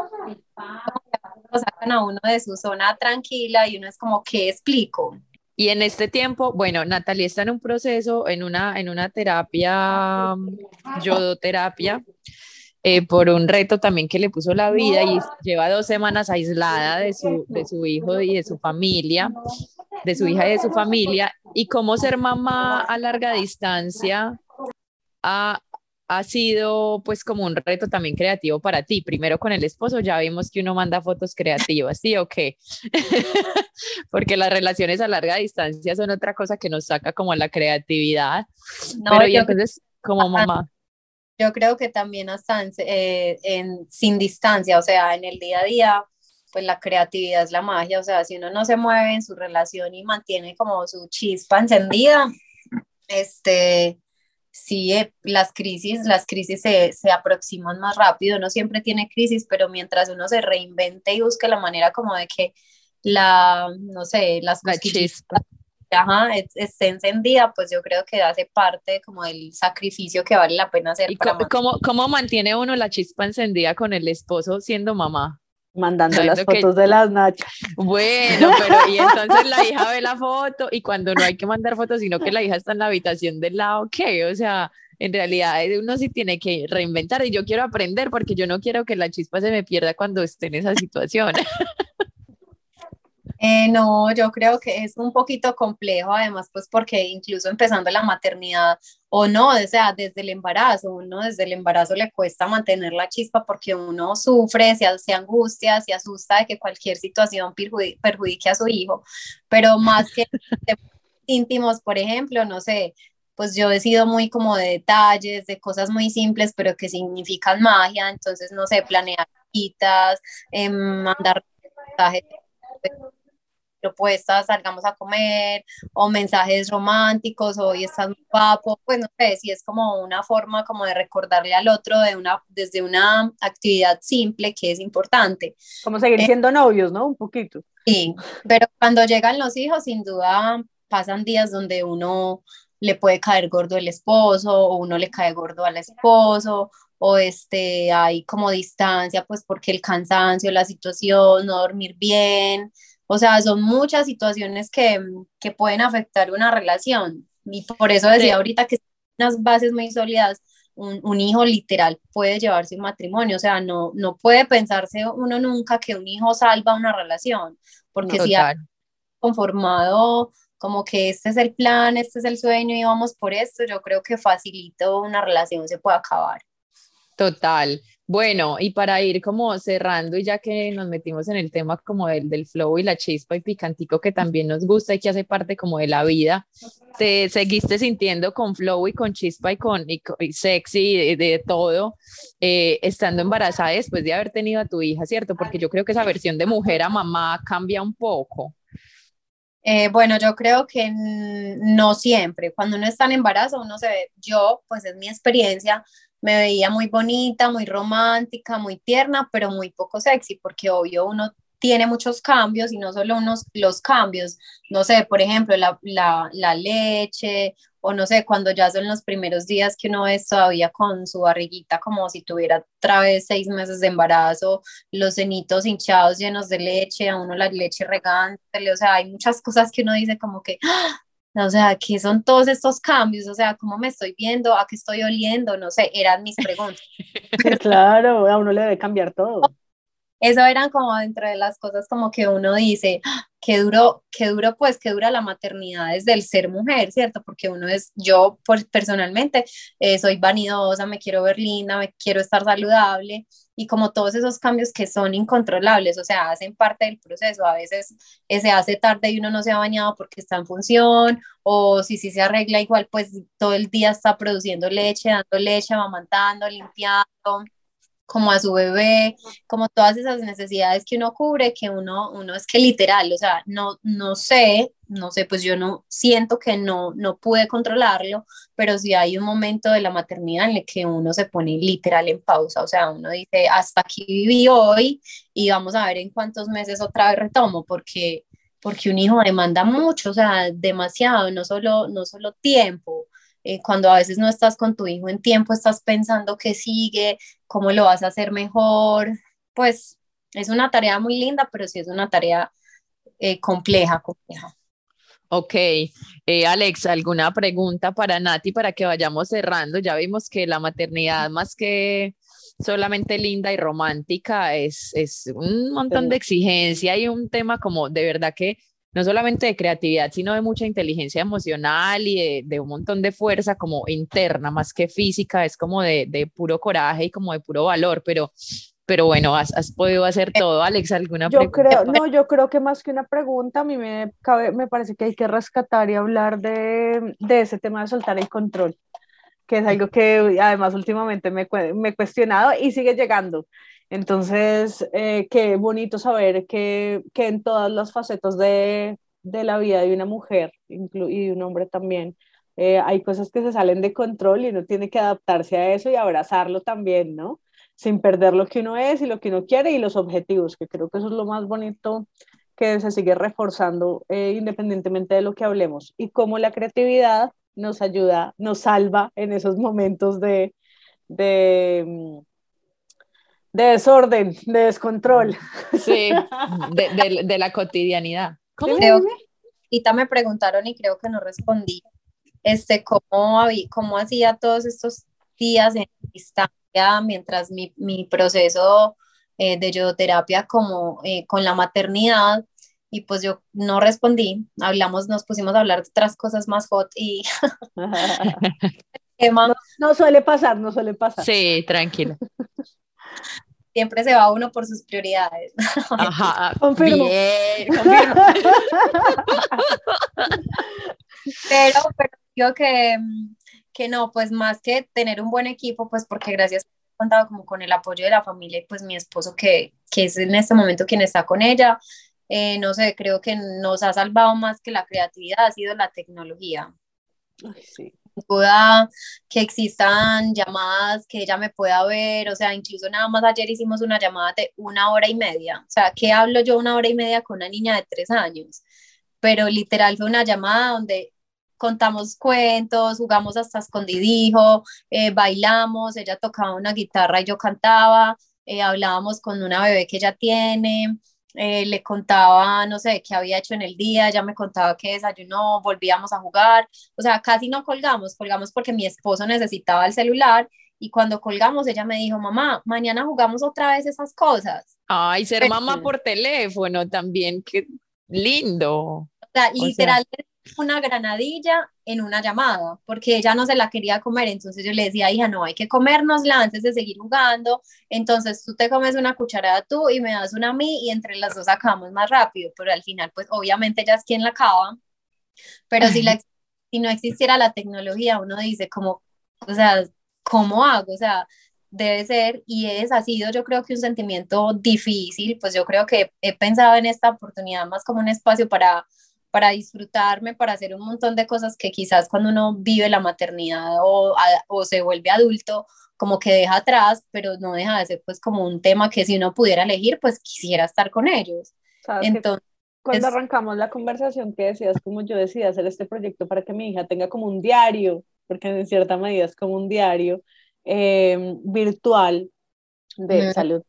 lo sacan a uno de su zona tranquila y uno es como, ¿qué explico? Y en este tiempo, bueno, Natalia está en un proceso, en una, en una terapia, yodoterapia, eh, por un reto también que le puso la vida y lleva dos semanas aislada de su, de su hijo y de su familia, de su hija y de su familia, y cómo ser mamá a larga distancia ha, ha sido pues como un reto también creativo para ti. Primero con el esposo ya vimos que uno manda fotos creativas, ¿sí o qué? Porque las relaciones a larga distancia son otra cosa que nos saca como la creatividad. No, Pero y yo entonces, como mamá. Yo creo que también hasta en, eh, en, sin distancia, o sea, en el día a día, pues la creatividad es la magia, o sea, si uno no se mueve en su relación y mantiene como su chispa encendida, este, sí, eh, las crisis, las crisis se, se aproximan más rápido, uno siempre tiene crisis, pero mientras uno se reinvente y busque la manera como de que la, no sé, las La cosquillitas chispa. ajá, es- esté encendida, pues yo creo que hace parte como del sacrificio que vale la pena hacer ¿Y para co- mantener. cómo, cómo mantiene uno la chispa encendida con el esposo siendo mamá? Mandando las Sabiendo que, fotos de las nachas. bueno, pero y entonces la hija ve la foto y cuando no hay que mandar fotos, sino que la hija está en la habitación del lado, ¿qué? O sea, en realidad eh, uno sí tiene que reinventar y yo quiero aprender porque yo no quiero que la chispa se me pierda cuando esté en esa situación. Eh, no, yo creo que es un poquito complejo, además, pues porque incluso empezando la maternidad o no, o sea, desde el embarazo, uno desde el embarazo le cuesta mantener la chispa porque uno sufre, se, se angustia, se asusta de que cualquier situación perjudi- perjudique a su hijo, pero más que íntimos, por ejemplo, no sé, pues yo he sido muy como de detalles, de cosas muy simples, pero que significan magia, entonces, no sé, planear citas, eh, mandar mensajes propuestas, salgamos a comer, o mensajes románticos, o hoy estás muy guapo, pues no sé, si es como una forma como de recordarle al otro de una, desde una actividad simple que es importante. Como seguir Eh, siendo novios, ¿no? Un poquito. sí, pero cuando llegan los hijos, sin duda pasan días donde uno le puede caer gordo el esposo, o uno le cae gordo al esposo, o este, hay como distancia, pues porque el cansancio, la situación, no dormir bien, o sea, son muchas situaciones que, que pueden afectar una relación. Y por eso decía De, ahorita que unas bases muy sólidas, un, un hijo literal puede llevarse un matrimonio, o sea, no, no puede pensarse uno nunca que un hijo salva una relación, porque No. si ha total. conformado como que este es el plan, este es el sueño y vamos por esto, yo creo que facilito una relación se puede acabar. Total. Bueno, y para ir como cerrando y ya que nos metimos en el tema como del, del flow y la chispa y picantico que también nos gusta y que hace parte como de la vida, ¿te seguiste sintiendo con flow y con chispa y con y, co- y sexy y de, de todo eh, estando embarazada después de haber tenido a tu hija, ¿cierto? Porque yo creo que esa versión de mujer a mamá cambia un poco. Eh, bueno, yo creo que n- no siempre. Cuando uno está en embarazo, uno se ve, yo, pues es mi experiencia, me veía muy bonita, muy romántica, muy tierna, pero muy poco sexy, porque obvio uno tiene muchos cambios y no solo unos, los cambios, no sé, por ejemplo, la, la, la leche, o no sé, cuando ya son los primeros días que uno es todavía con su barriguita como si tuviera otra vez seis meses de embarazo, los cenitos hinchados llenos de leche, a uno la leche regándole, o sea, hay muchas cosas que uno dice como que, ¡ah! O sea, ¿qué son todos estos cambios? O sea, ¿cómo me estoy viendo? ¿A qué estoy oliendo? No sé, eran mis preguntas. Claro, a uno le debe cambiar todo. Eso eran como dentro de las cosas como que uno dice, ¡ah! Qué duro, qué duro, pues, qué dura la maternidad desde el ser mujer, ¿cierto? Porque uno es, yo por, personalmente eh, soy vanidosa, me quiero ver linda, me quiero estar saludable y como todos esos cambios que son incontrolables, o sea, hacen parte del proceso, a veces eh, se hace tarde y uno no se ha bañado porque está en función, o si sí se arregla igual, pues todo el día está produciendo leche, dando leche, amamantando, limpiando, como a su bebé, como todas esas necesidades que uno cubre, que uno, uno es que literal, o sea, no, no sé, no sé, pues yo no siento que no, no pude controlarlo, pero sí hay un momento de la maternidad en el que uno se pone literal en pausa, o sea, uno dice, hasta aquí viví hoy y vamos a ver en cuántos meses otra vez retomo, porque, porque un hijo demanda mucho, o sea, demasiado, no solo, no solo tiempo. Eh, cuando a veces no estás con tu hijo en tiempo, estás pensando qué sigue, cómo lo vas a hacer mejor, pues es una tarea muy linda, pero sí es una tarea eh, compleja, compleja. Ok, eh, Alex, ¿alguna pregunta para Nati para que vayamos cerrando? Ya vimos que la maternidad más que solamente linda y romántica es, es un montón de exigencia y un tema como de verdad que no solamente de creatividad, sino de mucha inteligencia emocional y de, de un montón de fuerza como interna, más que física, es como de, de puro coraje y como de puro valor, pero, pero bueno, has, has podido hacer todo. Alex, ¿alguna Yo pregunta? creo, no, yo creo que más que una pregunta, a mí me, cabe, me parece que hay que rescatar y hablar de, de ese tema de soltar el control, que es algo que además últimamente me, me he cuestionado y sigue llegando. Entonces, eh, qué bonito saber que, que en todas las facetas de, de la vida de una mujer y de un hombre también, eh, hay cosas que se salen de control y uno tiene que adaptarse a eso y abrazarlo también, ¿no? Sin perder lo que uno es y lo que uno quiere y los objetivos, que creo que eso es lo más bonito que se sigue reforzando eh, independientemente de lo que hablemos. Y cómo la creatividad nos ayuda, nos salva en esos momentos de, de, de desorden, de descontrol. Sí, de, de, de la cotidianidad. ¿Cómo? Creo que ahorita me preguntaron y creo que no respondí, este, cómo, cómo hacía todos estos días en distancia mientras mi, mi proceso eh, de yodoterapia como eh, con la maternidad, y pues yo no respondí, hablamos, nos pusimos a hablar de otras cosas más hot y tema, no, no suele pasar, no suele pasar. Sí, tranquilo. Siempre se va uno por sus prioridades. Ajá, confirmo. Bien, confirmo. pero, pero digo que, que no, pues más que tener un buen equipo, pues porque gracias he contado como con el apoyo de la familia y pues mi esposo que, que es en este momento quien está con ella, eh, no sé, creo que nos ha salvado más que la creatividad, ha sido la tecnología. Ay, sí. Pueda que existan llamadas que ella me pueda ver, o sea, incluso nada más ayer hicimos una llamada de una hora y media, o sea, ¿qué hablo yo una hora y media con una niña de tres años? Pero literal fue una llamada donde contamos cuentos, jugamos hasta escondidijo, eh, bailamos, ella tocaba una guitarra y yo cantaba, eh, hablábamos con una bebé que ella tiene, eh, le contaba, no sé, qué había hecho en el día, ella me contaba que desayunó, volvíamos a jugar, o sea, casi no colgamos, colgamos porque mi esposo necesitaba el celular y cuando colgamos ella me dijo, mamá, mañana jugamos otra vez esas cosas. Ay, ser Pero, mamá por teléfono también, qué lindo. O sea, O literal, sea, una granadilla en una llamada, porque ella no se la quería comer, entonces yo le decía, hija, no, hay que comérnosla antes de seguir jugando, entonces tú te comes una cucharada tú y me das una a mí y entre las dos acabamos más rápido, pero al final, pues obviamente ella es quien la acaba, pero si, la, si no existiera la tecnología, uno dice como, o sea, ¿cómo hago? O sea, debe ser y es, ha sido yo creo que un sentimiento difícil, pues yo creo que he pensado en esta oportunidad más como un espacio para para disfrutarme, para hacer un montón de cosas que quizás cuando uno vive la maternidad o, a, o se vuelve adulto, como que deja atrás, pero no deja de ser pues como un tema que si uno pudiera elegir, pues quisiera estar con ellos. Entonces, cuando arrancamos la conversación que decías, como yo decidí hacer este proyecto para que mi hija tenga como un diario, porque en cierta medida es como un diario eh, virtual de mm. salud,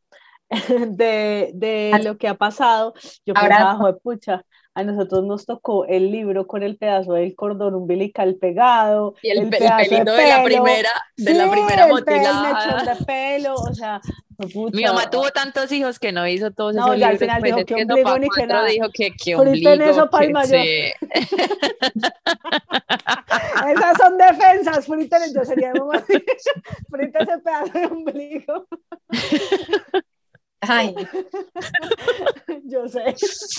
de, de lo que ha pasado, yo Ahora, pensaba, joder, pucha, a nosotros nos tocó el libro con el pedazo del cordón umbilical pegado, y el, el, pe pedazo el pelito de, de, de pelo, la primera, de sí, la primera el, motilada. el mechón de pelo, o sea, pucha. Mi mamá tuvo tantos hijos que no hizo todos no, esos ya libros, al final pues dijo es que que ombligo ni que nada. dijo que, que ombligo, eso para el mayor. Sí. Esas son defensas, friten, yo sería mamá, friten ese pedazo de ombligo. Ay. Yo sé.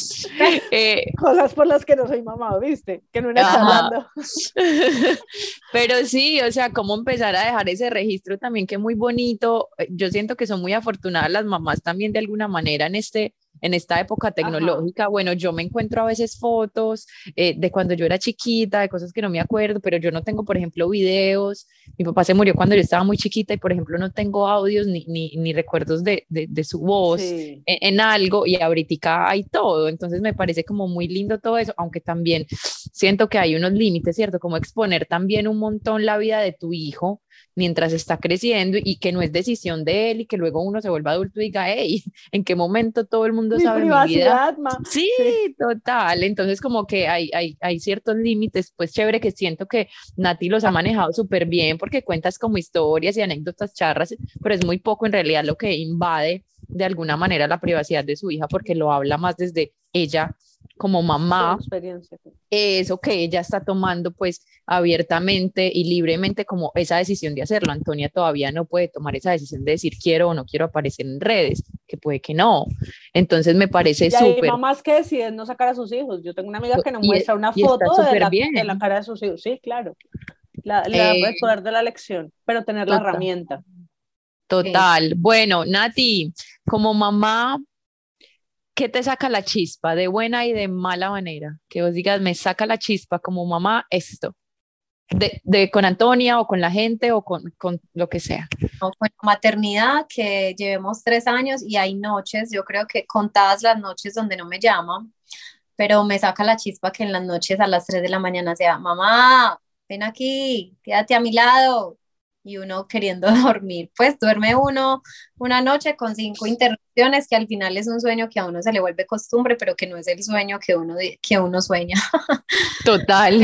Eh, Cosas por las que no soy mamá, ¿viste? Que no era Ajá. hablando. Pero sí, o sea, cómo empezar a dejar ese registro también que es muy bonito. Eh, Yo siento que son muy afortunadas las mamás también de alguna manera en este, en esta época Ajá. tecnológica. Bueno, yo me encuentro a veces fotos eh, de cuando yo era chiquita, de cosas que no me acuerdo, pero yo no tengo, por ejemplo, videos. Mi papá se murió cuando yo estaba muy chiquita y, por ejemplo, no tengo audios ni, ni, ni recuerdos de, de, de su voz Sí. en, en algo, y ahorita hay todo. Entonces me parece como muy lindo todo eso, aunque también siento que hay unos límites, ¿cierto? Como exponer también un montón la vida de tu hijo mientras está creciendo y que no es decisión de él y que luego uno se vuelva adulto y diga, hey, ¿en qué momento todo el mundo Mi sabe mi vida? privacidad, ma. Sí, Sí. total. Entonces como que hay, hay, hay ciertos límites, pues chévere, que siento que Nati los ha manejado súper bien porque cuentas como historias y anécdotas charras, pero es muy poco en realidad lo que invade de alguna manera la privacidad de su hija, porque lo habla más desde ella como Su mamá, experiencia. eso que ella está tomando pues abiertamente y libremente como esa decisión de hacerlo. Antonia todavía no puede tomar esa decisión de decir quiero o no quiero aparecer en redes, que puede que no. Entonces me parece Y hay súper, mamás que deciden no sacar a sus hijos. Yo tengo una amiga que no y, muestra una y está foto de súper la, de la bien. cara de sus hijos. Sí, claro. La, la, Eh, el poder de la elección, pero tener la total, herramienta. Sí. total. Bueno, Nati, como mamá, ¿qué te saca la chispa de buena y de mala manera? Que vos digas, me saca la chispa como mamá esto. De, de con Antonia o con la gente o con, con lo que sea. No, con la maternidad que llevemos tres años y hay noches, yo creo que contadas las noches donde no me llaman, pero me saca la chispa que en las noches a las tres de la mañana sea, mamá, ven aquí, quédate a mi lado, y uno queriendo dormir, pues duerme uno una noche con cinco interrupciones que al final es un sueño que a uno se le vuelve costumbre, pero que no es el sueño que uno, que uno sueña. Total.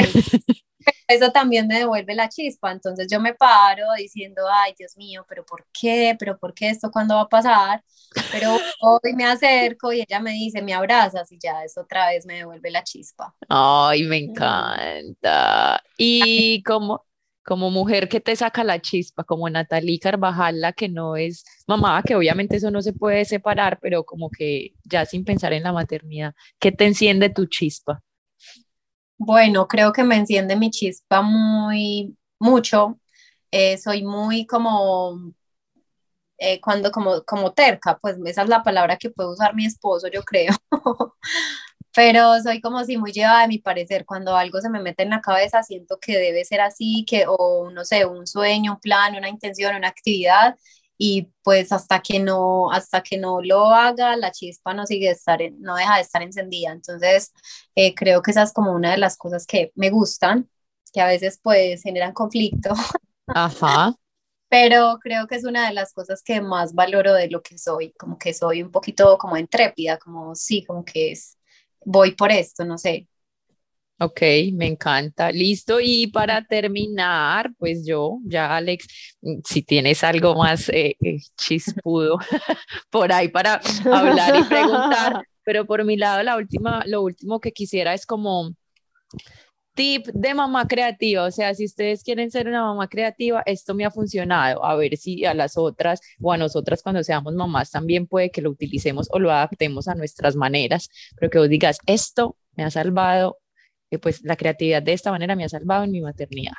Eso también me devuelve la chispa, entonces yo me paro diciendo, ay, Dios mío, pero ¿por qué? ¿Pero por qué esto cuándo va a pasar? Pero hoy me acerco y ella me dice, me abrazas y ya eso otra vez me devuelve la chispa. Ay, me Mm. encanta. Y como, como mujer que te saca la chispa, como Natalie Carvajal, la que no es mamá, que obviamente eso no se puede separar, pero como que ya sin pensar en la maternidad, ¿qué te enciende tu chispa? Bueno, creo que me enciende mi chispa muy, mucho. Eh, soy muy como, eh, cuando, como, como terca, pues esa es la palabra que puede usar mi esposo, yo creo. Pero soy como si muy llevada de mi parecer. Cuando algo se me mete en la cabeza, siento que debe ser así, que, o no sé, un sueño, un plan, una intención, una actividad, y pues hasta que no, hasta que no lo haga, la chispa no sigue de estar, en- no deja de estar encendida. Entonces, eh, creo que esa es como una de las cosas que me gustan, que a veces pues generan conflicto, Ajá. pero creo que es una de las cosas que más valoro de lo que soy, como que soy un poquito como intrépida, como sí, como que es, voy por esto, no sé. Ok, me encanta. Listo. Y para terminar, pues yo, ya Alex, mm, si tienes algo más eh, eh, chispudo por ahí para hablar y preguntar, pero por mi lado, la última, lo último que quisiera es como tip de mamá creativa. O sea, si ustedes quieren ser una mamá creativa, esto me ha funcionado. A ver si a las otras o a nosotras cuando seamos mamás también puede que lo utilicemos o lo adaptemos a nuestras maneras, pero que vos digas, esto me ha salvado, eh, pues la creatividad de esta manera me ha salvado en mi maternidad.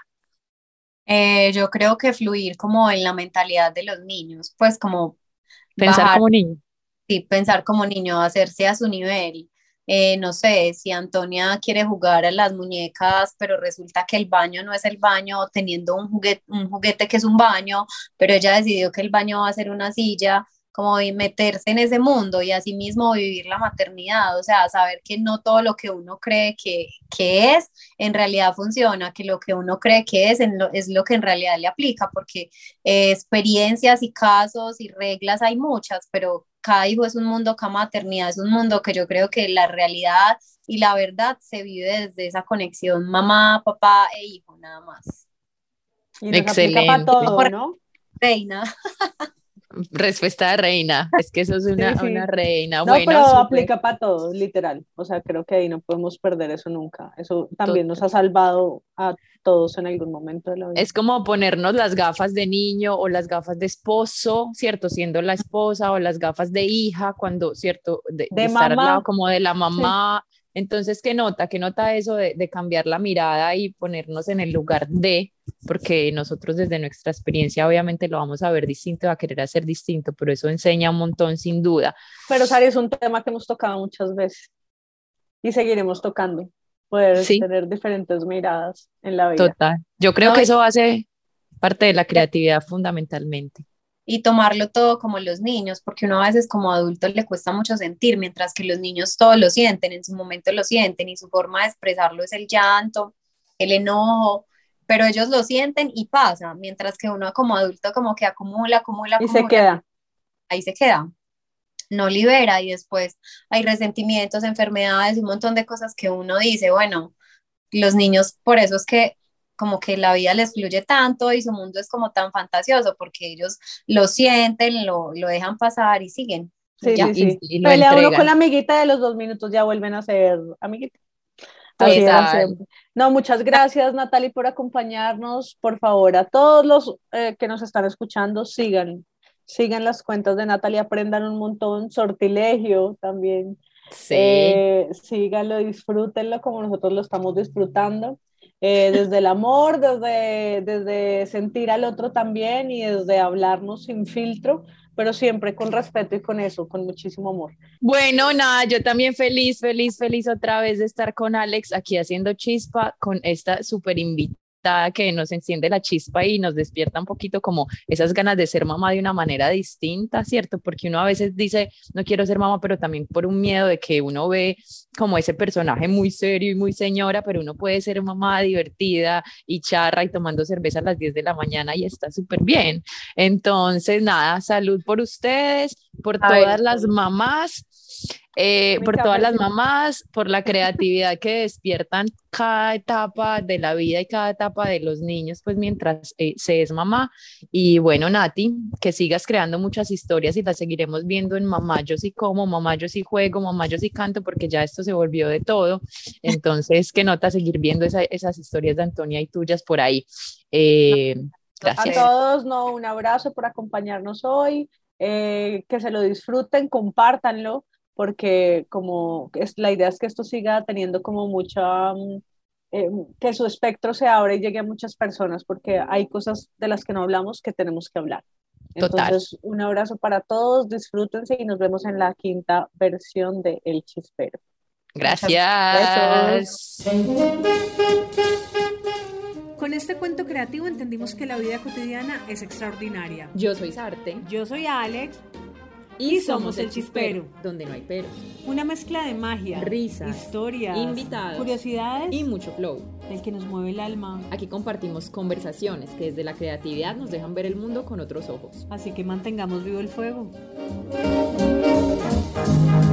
Eh, yo creo que fluir como en la mentalidad de los niños, pues como Pensar bajar, como niño. sí, pensar como niño, hacerse a su nivel. Eh, no sé, si Antonia quiere jugar a las muñecas, pero resulta que el baño no es el baño, teniendo un juguete, un juguete que es un baño, pero ella decidió que el baño va a ser una silla, como y meterse en ese mundo y así mismo vivir la maternidad, o sea, saber que no todo lo que uno cree que, que es, en realidad funciona, que lo que uno cree que es, en lo, es lo que en realidad le aplica, porque eh, experiencias y casos y reglas hay muchas, pero cada hijo es un mundo, cada maternidad es un mundo que yo creo que la realidad y la verdad se vive desde esa conexión mamá, papá e hijo, nada más. Y nos aplica para Excelente. todo, Por ¿no? reina. Respuesta de reina, es que eso es una, Sí, sí. una reina. No, Bueno, pero súper. aplica para todo, literal. O sea, creo que ahí no podemos perder eso nunca. Eso también nos Total. ha salvado a todos en algún momento de la vida. Es como ponernos las gafas de niño o las gafas de esposo, ¿cierto? Siendo la esposa o las gafas de hija, cuando, ¿cierto? De, de De estar al lado mamá, como de la sí. mamá. Entonces, ¿qué nota? ¿Qué nota eso de, de cambiar la mirada y ponernos en el lugar de? Porque nosotros desde nuestra experiencia obviamente lo vamos a ver distinto, va a querer hacer distinto, pero eso enseña un montón sin duda. Pero, Sari, es un tema que hemos tocado muchas veces y seguiremos tocando. Poder Sí, tener diferentes miradas en la vida. total. Yo creo No, que y, eso hace parte de la creatividad fundamentalmente. y tomarlo todo como los niños, porque uno a veces como adulto le cuesta mucho sentir, mientras que los niños todo lo sienten, en su momento lo sienten y su forma de expresarlo es el llanto, el enojo, pero ellos lo sienten y pasa, mientras que uno como adulto como que acumula, acumula, Y se acumula, queda. ahí se queda, no libera y después hay resentimientos, enfermedades, un montón de cosas que uno dice, bueno, los niños por eso es que como que la vida les fluye tanto y su mundo es como tan fantasioso porque ellos lo sienten, lo, lo dejan pasar y siguen. Y Sí, ya. sí, sí. Y, y lo Pelea uno con entregan. la amiguita de los dos minutos, ya vuelven a ser amiguitas. Así era Total. siempre. No, muchas gracias, Natalie, por acompañarnos. Por favor, a todos los eh, que nos están escuchando, sigan, sigan las cuentas de Natalie, aprendan un montón, sortilegio también. Sí. Eh, síganlo, disfrútenlo como nosotros lo estamos disfrutando. Eh, desde el amor, desde, desde sentir al otro también y desde hablarnos sin filtro, pero siempre con respeto y con eso, con muchísimo amor. Bueno, nada, yo también feliz, feliz, feliz otra vez de estar con Alex aquí haciendo chispa con esta súper invitada que nos enciende la chispa y nos despierta un poquito como esas ganas de ser mamá de una manera distinta, ¿cierto? Porque uno a veces dice, no quiero ser mamá, pero también por un miedo de que uno ve como ese personaje muy serio y muy señora, pero uno puede ser mamá divertida y charra y tomando cerveza a las diez de la mañana y está súper bien. Entonces, nada, salud por ustedes, por A ver, todas las mamás. Eh, Mi por todas las cafecito. mamás, por la creatividad que despiertan cada etapa de la vida y cada etapa de los niños, pues mientras eh, se es mamá. Y bueno, Nati, que sigas creando muchas historias y las seguiremos viendo en Mamá Yo Sí Como, Mamá Yo Sí Juego, Mamá Yo Sí Canto, porque ya esto se volvió de todo. Entonces, qué nota seguir viendo esa, esas historias de Antonia y tuyas por ahí. Eh, A gracias. todos, no, un abrazo por acompañarnos hoy, eh, que se lo disfruten, compártanlo, porque como es, la idea es que esto siga teniendo como mucha, mm, eh, que su espectro se abra y llegue a muchas personas, porque hay cosas de las que no hablamos que tenemos que hablar. Total. Entonces, un abrazo para todos, disfrútense y nos vemos en la quinta versión de El Chispero. muchas Gracias. Con este cuento creativo entendimos que la vida cotidiana es extraordinaria. Yo soy Sarte Yo soy Alex y, y somos El Chispero, donde no hay peros, una mezcla de magia, risas, historias, invitados curiosidades y mucho flow. del que nos mueve el alma. Aquí compartimos conversaciones que desde la creatividad nos dejan ver el mundo con otros ojos. Así que mantengamos vivo el fuego.